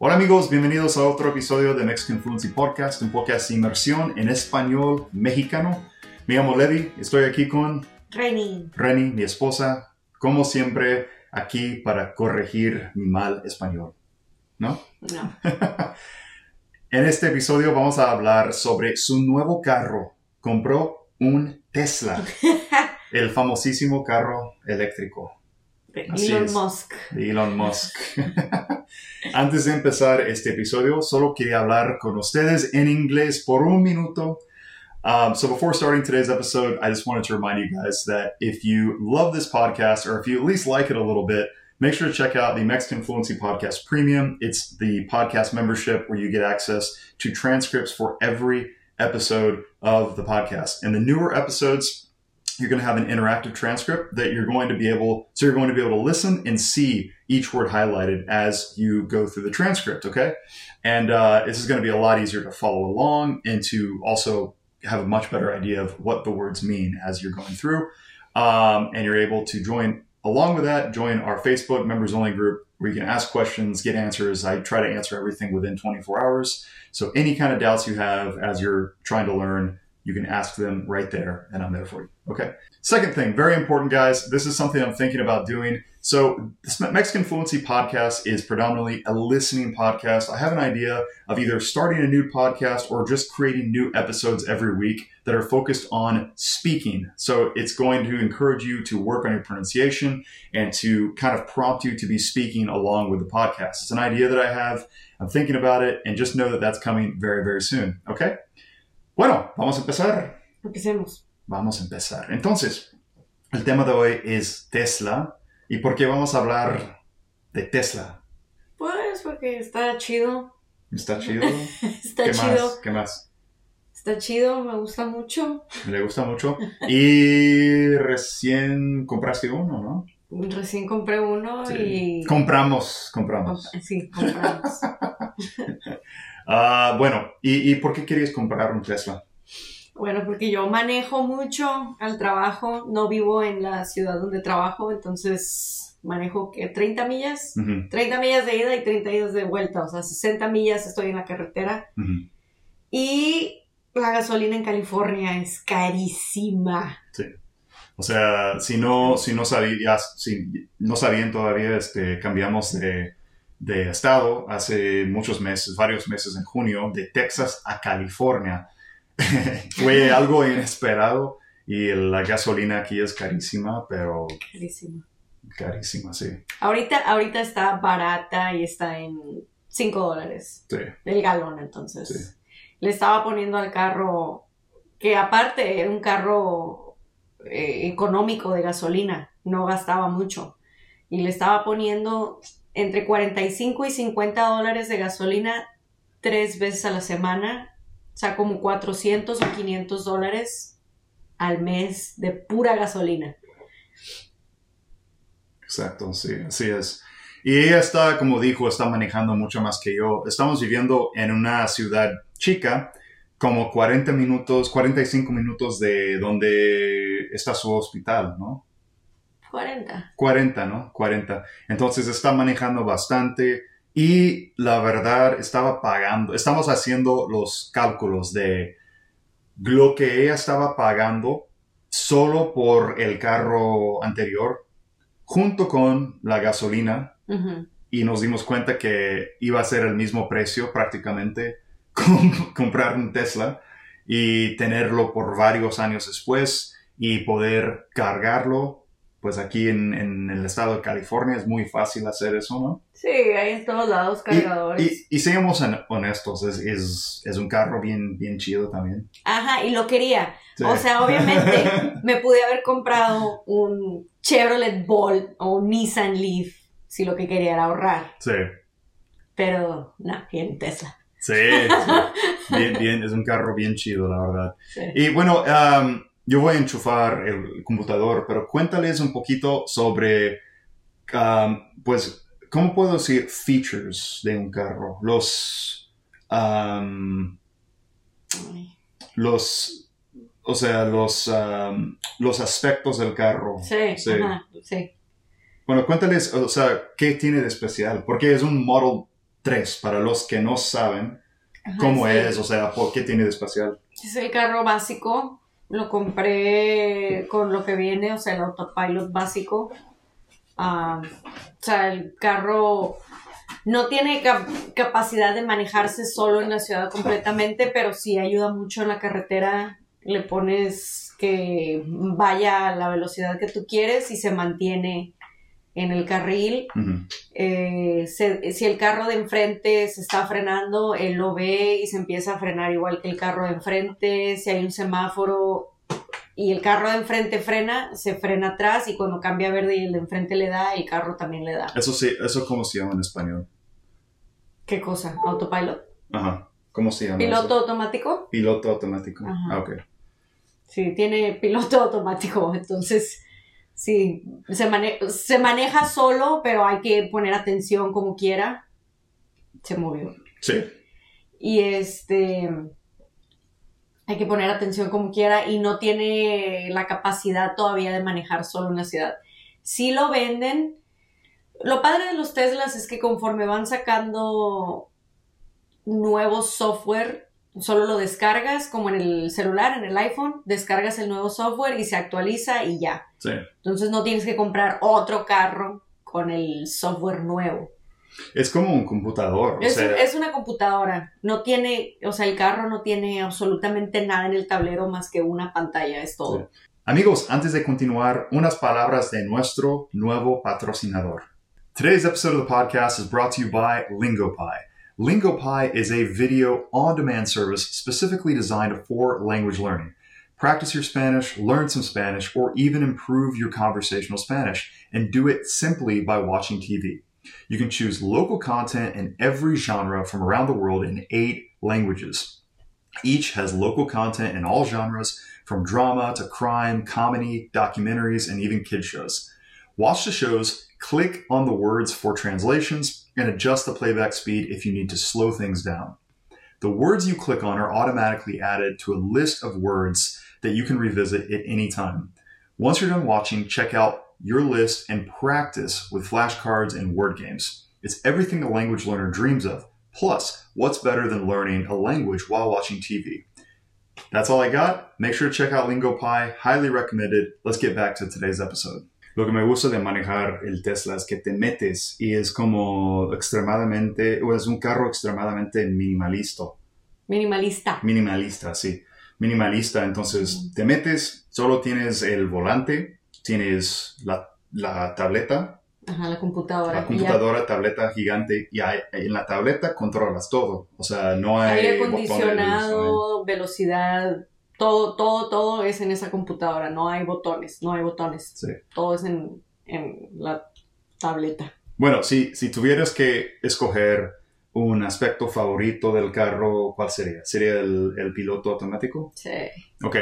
Hola amigos, bienvenidos a otro episodio de Mexican Fluency Podcast, un podcast de inmersión en español mexicano. Me llamo Levi, estoy aquí con Reni, mi esposa, como siempre, aquí para corregir mi mal español. ¿No? No. En este episodio vamos a hablar sobre su nuevo carro. Compró un Tesla, el famosísimo carro eléctrico. De Elon Musk. Antes de empezar este episodio, solo quería hablar con ustedes en inglés por un minuto. So before starting today's episode, I just wanted to remind you guys that if you love this podcast, or if you at least like it a little bit, make sure to check out the Mexican Fluency Podcast Premium. It's the podcast membership where you get access to transcripts for every episode of the podcast. And the newer episodes, you're going to have an interactive transcript that you're going to be able to listen and see each word highlighted as you go through the transcript, okay? And this is going to be a lot easier to follow along and to also have a much better idea of what the words mean as you're going through. And you're able to join our Facebook members only group where you can ask questions, get answers. I try to answer everything within 24 hours. So any kind of doubts you have as you're trying to learn, you can ask them right there, and I'm there for you. Okay. Second thing, very important, guys. This is something I'm thinking about doing. So this Mexican Fluency Podcast is predominantly a listening podcast. I have an idea of either starting a new podcast or just creating new episodes every week that are focused on speaking. So it's going to encourage you to work on your pronunciation and to kind of prompt you to be speaking along with the podcast. It's an idea that I have. I'm thinking about it, and just know that that's coming very, very soon. Okay? Bueno, vamos a empezar. Empecemos. Vamos a empezar. Entonces, el tema de hoy es Tesla. ¿Y por qué vamos a hablar de Tesla? Pues porque está chido. ¿Está chido? Está chido. ¿Qué más? Está chido, me gusta mucho. ¿Le gusta mucho? Y recién compraste uno, ¿no? Recién compré uno Sí. y... Compramos. Sí, compramos. Bueno, ¿y por qué querías comprar un Tesla? Bueno, porque yo manejo mucho al trabajo, no vivo en la ciudad donde trabajo, entonces manejo 30 millas, 30 millas de ida y 30 millas de vuelta, o sea, 60 millas estoy en la carretera. Y la gasolina en California es carísima. Sí. O sea, si no sabían todavía, cambiamos de estado hace varios meses en junio, de Texas a California. Fue algo inesperado y la gasolina aquí es carísima, pero... Carísima, sí. Ahorita está barata y está en $5 sí. el galón, entonces. Sí. Le estaba poniendo al carro, que aparte era un carro económico de gasolina, no gastaba mucho. Y le estaba poniendo entre $45 y $50 de gasolina 3 veces a la semana. O sea, como $400 o $500 al mes de pura gasolina. Exacto, sí, así es. Y ella está, como dijo, está manejando mucho más que yo. Estamos viviendo en una ciudad chica, como 45 minutos de donde está su hospital, ¿no? 40, ¿no? 40. Entonces está manejando bastante. Y la verdad, estamos haciendo los cálculos de lo que ella estaba pagando solo por el carro anterior, junto con la gasolina, y nos dimos cuenta que iba a ser el mismo precio prácticamente comprar un Tesla y tenerlo por varios años después y poder cargarlo. Pues aquí en el estado de California es muy fácil hacer eso, ¿no? Sí, hay en todos lados cargadores. Y seamos honestos, es un carro bien chido también. Ajá, y lo quería. Sí. O sea, obviamente me pude haber comprado un Chevrolet Bolt o un Nissan Leaf si lo que quería era ahorrar. Sí. Pero, no, bien Tesla. Sí. Bien, es un carro bien chido, la verdad. Sí. Y bueno, yo voy a enchufar el computador, pero cuéntales un poquito sobre, pues, ¿cómo puedo decir features de un carro? Los aspectos del carro. Sí. Ajá, sí. Bueno, cuéntales, o sea, ¿qué tiene de especial? Porque es un Model 3, para los que no saben cómo es, o sea, ¿por qué tiene de especial? Es el carro básico, lo compré con lo que viene, o sea, el autopilot básico. O sea, el carro no tiene capacidad de manejarse solo en la ciudad completamente, pero sí ayuda mucho en la carretera. Le pones que vaya a la velocidad que tú quieres y se mantiene en el carril. Uh-huh. Si el carro de enfrente se está frenando, él lo ve y se empieza a frenar igual que el carro de enfrente. Si hay un semáforo y el carro de enfrente frena, se frena atrás, y cuando cambia a verde y el de enfrente le da, el carro también le da. Eso sí, ¿eso cómo se llama en español? ¿Qué cosa? ¿Autopilot? Ajá. ¿Cómo se llama? ¿Piloto eso? automático? Piloto automático. Ajá. Ah, ok. Sí, tiene piloto automático, entonces sí, se maneja solo, pero hay que poner atención como quiera. Se movió. Sí. Y hay que poner atención como quiera, y no tiene la capacidad todavía de manejar solo en la ciudad. Sí lo venden. Lo padre de los Teslas es que conforme van sacando nuevo software, solo lo descargas, como en el celular, en el iPhone, descargas el nuevo software y se actualiza y ya. Sí. Entonces no tienes que comprar otro carro con el software nuevo. Es como un computador. Es una computadora. No tiene, o sea, el carro no tiene absolutamente nada en el tablero más que una pantalla, es todo. Sí. Amigos, antes de continuar, unas palabras de nuestro nuevo patrocinador. Today's episode of the podcast is brought to you by LingoPie. LingoPie is a video on-demand service specifically designed for language learning. Practice your Spanish, learn some Spanish, or even improve your conversational Spanish, and do it simply by watching TV. You can choose local content in every genre from around the world in 8 languages. Each has local content in all genres, from drama to crime, comedy, documentaries, and even kids shows. Watch the shows, click on the words for translations, and adjust the playback speed if you need to slow things down. The words you click on are automatically added to a list of words that you can revisit at any time. Once you're done watching, check out your list and practice with flashcards and word games. It's everything a language learner dreams of. Plus, what's better than learning a language while watching TV? That's all I got. Make sure to check out LingoPie. Highly recommended. Let's get back to today's episode. Lo que me gusta de manejar el Tesla es que te metes y es como extremadamente, o es un carro extremadamente Minimalista, sí. Minimalista, entonces te metes, solo tienes el volante, tienes la tableta. Ajá, la computadora. La computadora, tableta gigante, y en la tableta controlas todo. O sea, no hay aire acondicionado, velocidad, todo es en esa computadora. No hay botones. Sí. Todo es en la tableta. Bueno, si tuvieras que escoger un aspecto favorito del carro, ¿cuál sería? ¿Sería el piloto automático? Sí. Ok.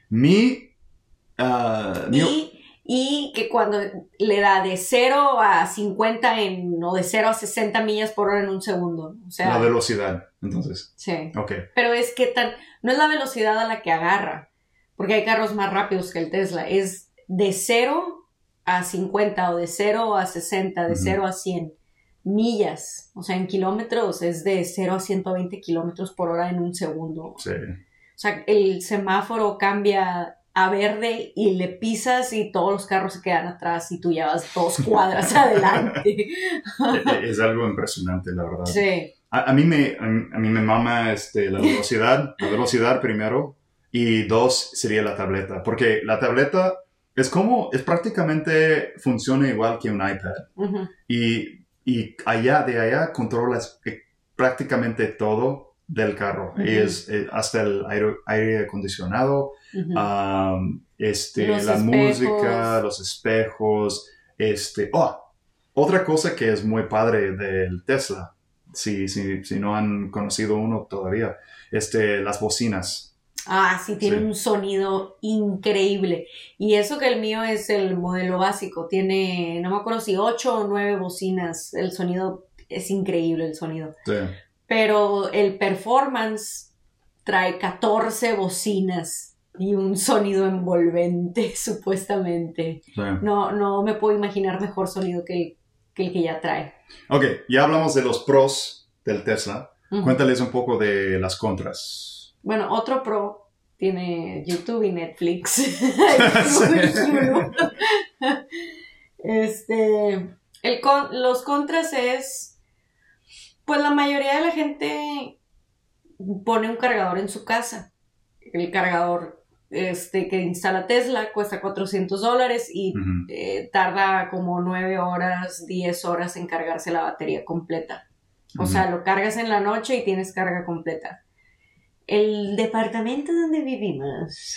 Y que cuando le da de 0 a 50 o de 0 a 60 millas por hora en un segundo. O sea, la velocidad, entonces. Sí. Ok. Pero es que no es la velocidad a la que agarra, porque hay carros más rápidos que el Tesla. Es de 0 a 50 o de 0 a 60, de 0 a 100 millas. O sea, en kilómetros es de 0 a 120 kilómetros por hora en un segundo. Sí. O sea, el semáforo cambia a verde y le pisas y todos los carros se quedan atrás y tú ya vas 2 cuadras adelante. Es algo impresionante, la verdad. Sí. A mí me mama la velocidad primero, y 2 sería la tableta, porque la tableta es prácticamente funciona igual que un iPad. Uh-huh. Y de allá controlas prácticamente todo del carro. Uh-huh. Es hasta el aire acondicionado, uh-huh. La música, los espejos. Otra cosa que es muy padre del Tesla, si no han conocido uno todavía, las bocinas. Ah, sí, tiene un sonido increíble. Y eso que el mío es el modelo básico. Tiene, no me acuerdo si 8 o 9 bocinas. El sonido es increíble, el sonido. Sí. Pero el performance trae 14 bocinas y un sonido envolvente, supuestamente. Sí. No me puedo imaginar mejor sonido que el que ya trae. Ok, ya hablamos de los pros del Tesla. Cuéntales un poco de las contras. Bueno, otro pro tiene YouTube y Netflix. Los contras es, pues la mayoría de la gente pone un cargador en su casa. El cargador que instala Tesla cuesta $400 y tarda como 9 horas, 10 horas en cargarse la batería completa. O sea, lo cargas en la noche y tienes carga completa. El departamento donde vivimos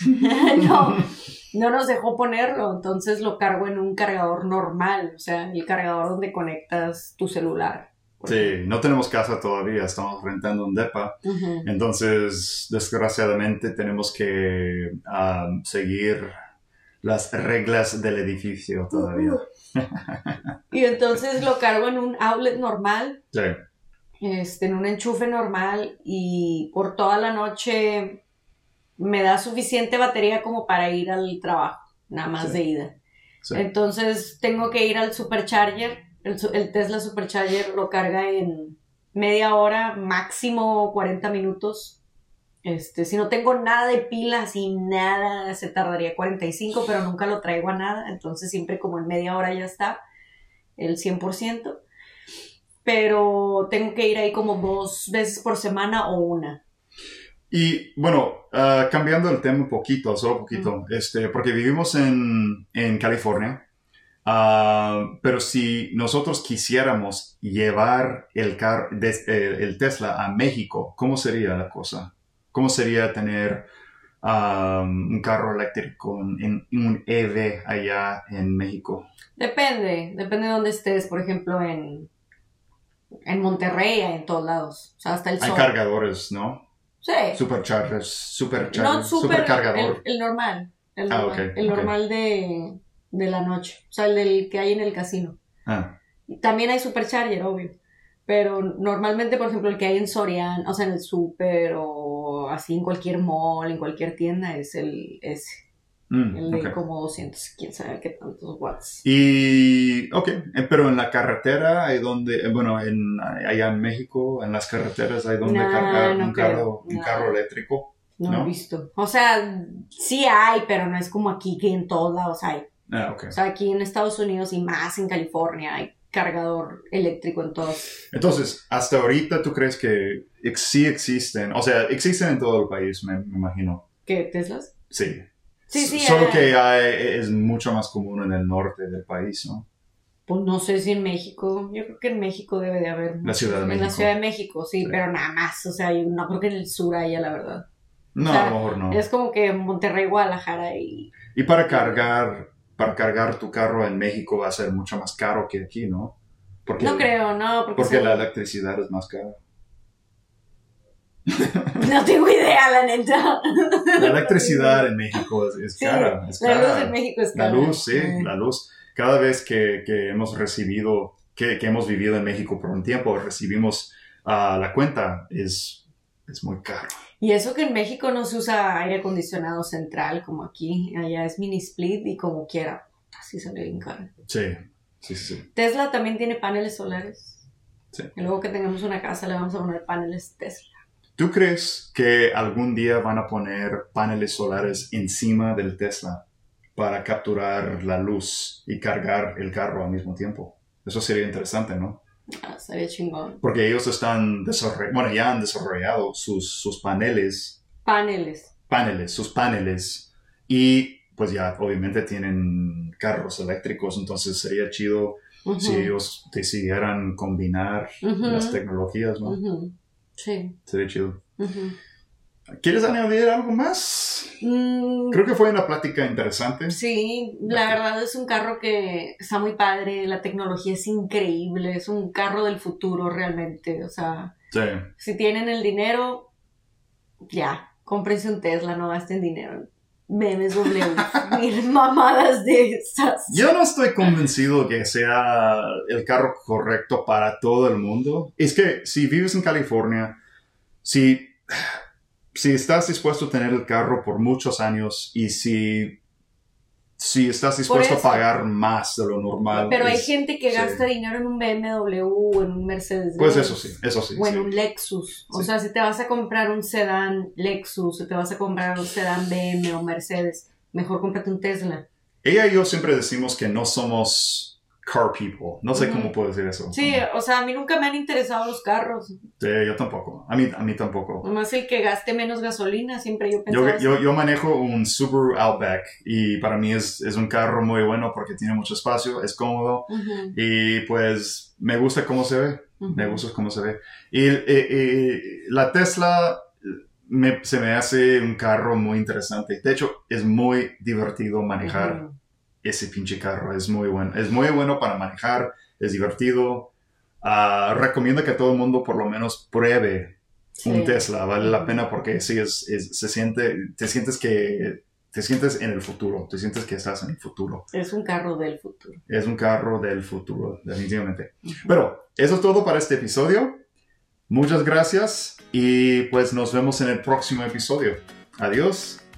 no nos dejó ponerlo, entonces lo cargo en un cargador normal, o sea, el cargador donde conectas tu celular. Sí, no tenemos casa todavía, estamos rentando un depa, entonces desgraciadamente tenemos que seguir las reglas del edificio todavía. Y entonces lo cargo en un outlet normal. Sí. En un enchufe normal y por toda la noche me da suficiente batería como para ir al trabajo, nada más de ida. Sí. Entonces tengo que ir al supercharger, el Tesla Supercharger lo carga en media hora, máximo 40 minutos. Si no tengo nada de pilas y nada, se tardaría 45, pero nunca lo traigo a nada, entonces siempre como en media hora ya está el 100%. Pero tengo que ir ahí como 2 veces por semana o una. Y bueno, cambiando el tema un poquito, solo un poquito, porque vivimos en California, pero si nosotros quisiéramos llevar el Tesla a México, ¿cómo sería la cosa? ¿Cómo sería tener un carro eléctrico, un EV allá en México? Depende de dónde estés, por ejemplo, en Monterrey, en todos lados. O sea, hasta el sol. Hay cargadores, ¿no? Sí. Superchargers, no, supercargador. El normal. Okay, el normal de la noche. O sea, el del que hay en el casino. También hay supercharger, obvio. Pero normalmente, por ejemplo, el que hay en Soriana, o sea, en el super o así en cualquier mall, en cualquier tienda, es ese. El de como 200, quién sabe qué tantos watts. Y, pero en la carretera hay donde, allá en México, en las carreteras hay donde cargar un carro eléctrico. No he visto. O sea, sí hay, pero no es como aquí que en todos lados hay. O sea, aquí en Estados Unidos y más en California hay cargador eléctrico en todos. Entonces, hasta ahorita tú crees que sí existen, o sea, existen en todo el país, me imagino. ¿Qué, Teslas? Sí. Sí, solo que es mucho más común en el norte del país, ¿no? Pues no sé si en México, yo creo que en México debe de haber. La Ciudad de México. En la Ciudad de México, sí, pero nada más, o sea, yo no creo que en el sur haya, la verdad. No, o sea, a lo mejor no. Es como que Monterrey, Guadalajara y... Y para cargar tu carro en México va a ser mucho más caro que aquí, ¿no? No creo, no. Porque la electricidad es más cara. No tengo idea, la neta. La electricidad en México es cara. La luz en México es cara. La luz, sí, la luz. Cada vez que hemos recibido, que hemos vivido en México por un tiempo, recibimos la cuenta, es muy caro. Y eso que en México no se usa aire acondicionado central como aquí. Allá es mini split y como quiera. Así sale bien caro. Sí. Tesla también tiene paneles solares. Sí. Y luego que tengamos una casa le vamos a poner paneles Tesla. ¿Tú crees que algún día van a poner paneles solares encima del Tesla para capturar la luz y cargar el carro al mismo tiempo? Eso sería interesante, ¿no? Sería chingón. Porque ellos ya han desarrollado sus paneles. Sus paneles. Y pues ya obviamente tienen carros eléctricos, entonces sería chido si ellos decidieran combinar las tecnologías, ¿no? Sí. Sería chido. ¿Quieres añadir algo más? Creo que fue una plática interesante. Sí, la verdad es un carro que está muy padre, la tecnología es increíble, es un carro del futuro realmente, o sea, si tienen el dinero, ya, cómprense un Tesla, no gasten dinero. BMW, mil mamadas de esas. Yo no estoy convencido que sea el carro correcto para todo el mundo. Es que si vives en California, si estás dispuesto a tener el carro por muchos años y si si estás dispuesto a pagar más de lo normal. Pero hay gente que gasta dinero en un BMW o en un Mercedes. Pues eso sí. O en un Lexus. O sea, si te vas a comprar un sedán Lexus, o te vas a comprar un sedán BMW o Mercedes, mejor cómprate un Tesla. Ella y yo siempre decimos que no somos car people. No sé cómo puedo decir eso. Sí, o sea, a mí nunca me han interesado los carros. Sí, yo tampoco. A mí tampoco. Nomás el que gaste menos gasolina, siempre yo pensaba yo manejo un Subaru Outback y para mí es un carro muy bueno porque tiene mucho espacio, es cómodo y pues me gusta cómo se ve. Me gusta cómo se ve. Y la Tesla se me hace un carro muy interesante. De hecho, es muy divertido manejar ese pinche carro. Es muy bueno. Es muy bueno para manejar. Es divertido. Recomiendo que todo el mundo por lo menos pruebe un Tesla. Vale la pena porque sí, te sientes en el futuro. Te sientes que estás en el futuro. Es un carro del futuro. Es un carro del futuro, definitivamente. Pero eso es todo para este episodio. Muchas gracias y pues nos vemos en el próximo episodio. Adiós.